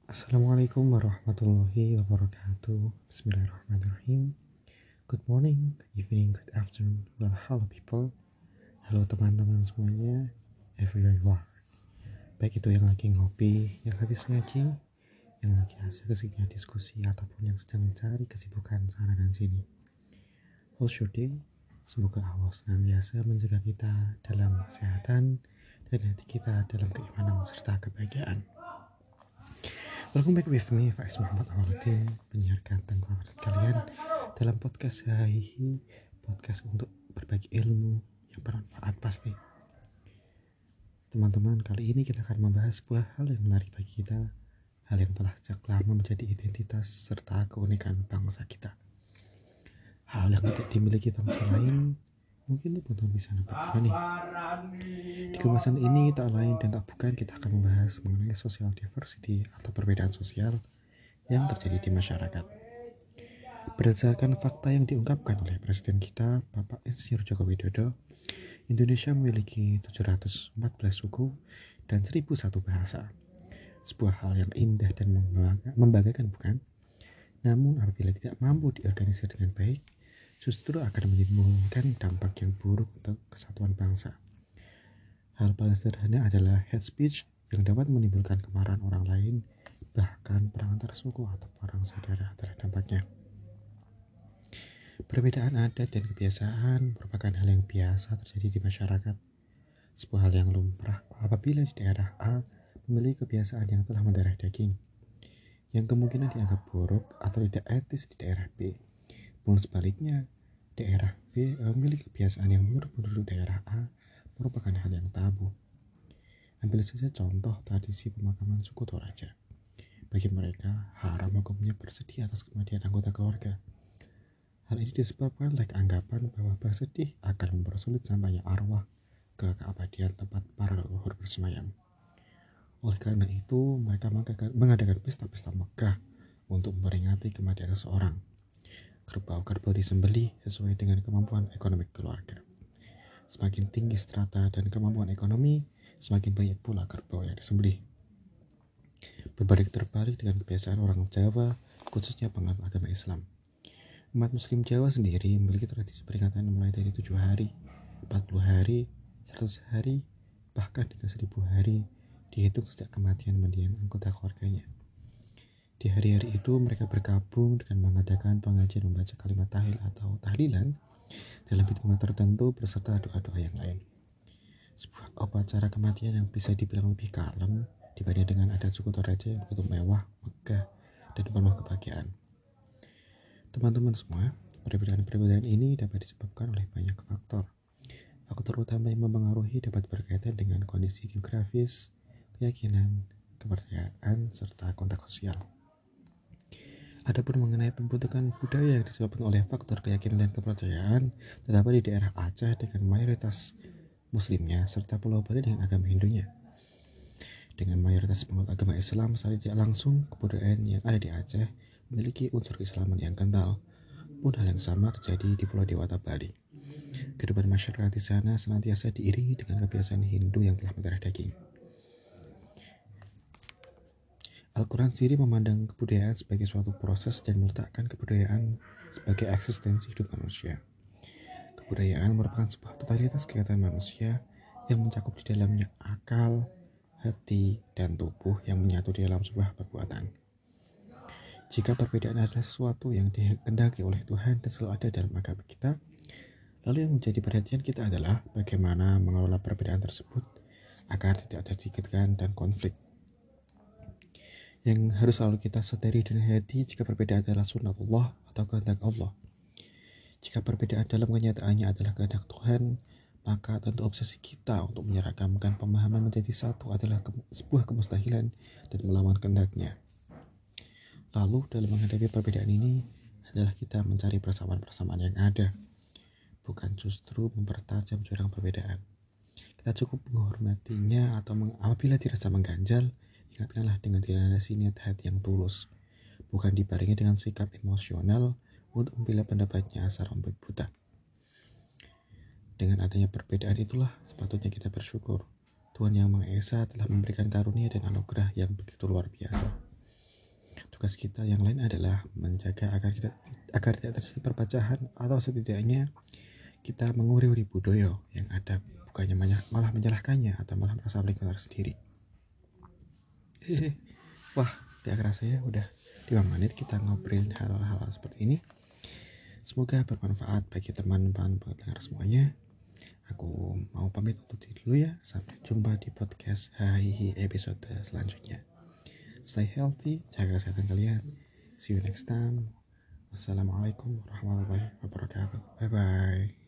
Assalamualaikum warahmatullahi wabarakatuh. Bismillahirrahmanirrahim. Good morning, good evening, good afternoon. Well, hello people. Halo teman-teman semuanya, everywhere you are. Baik itu yang lagi ngopi, yang habis ngaji, yang lagi asiknya diskusi, ataupun yang sedang mencari kesibukan sana dan sini. How's your day? Semoga Allah senantiasa menjaga kita dalam kesehatan dan hati kita dalam keimanan serta kebahagiaan. Welcome back with me, Faiz Muhammad Awaludin, penyiar ganteng favorit kalian dalam podcast Hahihi, podcast untuk berbagi ilmu yang bermanfaat pasti. Teman-teman, kali ini kita akan membahas sebuah hal yang menarik bagi kita, hal yang telah sejak lama menjadi identitas serta keunikan bangsa kita. Hal yang tidak dimiliki bangsa lain, mungkin teman-teman bisa nebak apa nih? Di kemasan ini tak lain dan tak bukan kita akan membahas mengenai social diversity atau perbedaan sosial yang terjadi di masyarakat. Berdasarkan fakta yang diungkapkan oleh Presiden kita, Bapak Insinyur Joko Widodo, Indonesia memiliki 714 suku dan 1001 bahasa. Sebuah hal yang indah dan membanggakan bukan? Namun apabila tidak mampu diorganisir dengan baik, justru akan menimbulkan dampak yang buruk untuk kesatuan bangsa. Hal paling sederhana adalah hate speech yang dapat menimbulkan kemarahan orang lain, bahkan perang antar suku atau perang saudara adalah dampaknya. Perbedaan adat dan kebiasaan merupakan hal yang biasa terjadi di masyarakat. Sebuah hal yang lumrah apabila di daerah A memiliki kebiasaan yang telah mendarah daging, yang kemungkinan dianggap buruk atau tidak etis di daerah B. Namun sebaliknya, daerah B memiliki kebiasaan yang menurut penduduk daerah A merupakan hal yang tabu. Ambil saja contoh tradisi pemakaman suku Toraja. Bagi mereka, haram hukumnya bersedih atas kematian anggota keluarga. Hal ini disebabkan oleh anggapan bahwa bersedih akan mempersulit sampainya arwah ke keabadian tempat para leluhur bersemayam. Oleh karena itu, mereka mengadakan pesta-pesta megah untuk memperingati kematian seseorang. Kerbau-kerbau disembelih sesuai dengan kemampuan ekonomi keluarga. Semakin tinggi strata dan kemampuan ekonomi, semakin banyak pula kerbau yang disembelih. Berbalik terbalik dengan kebiasaan orang Jawa, khususnya penganut agama Islam. Umat Muslim Jawa sendiri memiliki tradisi peringatan mulai dari 7 hari, 40 hari, 100 hari, bahkan hingga 1000 hari dihitung sejak kematian mendiang anggota keluarganya. Di hari-hari itu mereka bergabung dengan mengadakan pengajian membaca kalimat tahlil atau tahlilan dalam hitungan tertentu beserta doa-doa yang lain. Sebuah upacara kematian yang bisa dibilang lebih kalem dibanding dengan adat suku Toraja yang begitu mewah, megah, dan penuh kebahagiaan. Teman-teman semua, perbedaan-perbedaan ini dapat disebabkan oleh banyak faktor. Faktor utama yang mempengaruhi dapat berkaitan dengan kondisi geografis, keyakinan, kepercayaan, serta kontak sosial. Adapun mengenai pembentukan budaya yang disebabkan oleh faktor keyakinan dan kepercayaan, terdapat di daerah Aceh dengan mayoritas muslimnya, serta Pulau Bali dengan agama Hindunya. Dengan mayoritas penganut agama Islam, secara tidak langsung kebudayaan yang ada di Aceh memiliki unsur keislaman yang kental. Pun hal yang sama terjadi di Pulau Dewata Bali. Kehidupan masyarakat di sana senantiasa diiringi dengan kebiasaan Hindu yang telah mendarah daging. Al-Quran sendiri memandang kebudayaan sebagai suatu proses dan meletakkan kebudayaan sebagai eksistensi hidup manusia. Kebudayaan merupakan sebuah totalitas kegiatan manusia yang mencakup di dalamnya akal, hati, dan tubuh yang menyatu di dalam sebuah perbuatan. Jika perbedaan adalah sesuatu yang dikehendaki oleh Tuhan dan selalu ada dalam agama kita, lalu yang menjadi perhatian kita adalah bagaimana mengelola perbedaan tersebut agar tidak tercikatkan dan konflik. Yang harus selalu kita sadari dan hati jika perbedaan adalah sunnatullah atau kehendak Allah. Jika perbedaan dalam kenyataannya adalah kehendak Tuhan, maka tentu obsesi kita untuk menyeragamkan pemahaman menjadi satu adalah sebuah kemustahilan dan melawan kehendaknya. Lalu dalam menghadapi perbedaan ini adalah kita mencari persamaan-persamaan yang ada, bukan justru mempertajam jurang perbedaan. Kita cukup menghormatinya atau apabila dirasa mengganjal, ingatkanlah dengan dilandasi niat hati yang tulus, bukan dibarengi dengan sikap emosional untuk membela pendapatnya asal membuat buta. Dengan adanya perbedaan itulah sepatutnya kita bersyukur. Tuhan Yang Maha Esa telah memberikan karunia dan anugerah yang begitu luar biasa. Tugas kita yang lain adalah menjaga agar tidak terjadi perpecahan, atau setidaknya kita menguri-uri budaya yang ada, bukannya malah menyalahkannya atau malah merasa paling benar sendiri. Wah, gak kerasa ya udah 5 menit kita ngobrolin hal-hal seperti ini. Semoga bermanfaat bagi teman-teman pendengar semuanya. Aku mau pamit untuk dulu ya. Sampai jumpa di podcast Hahihi episode selanjutnya. Stay healthy, jaga kesehatan kalian. See you next time. Wassalamualaikum warahmatullahi wabarakatuh. Bye bye.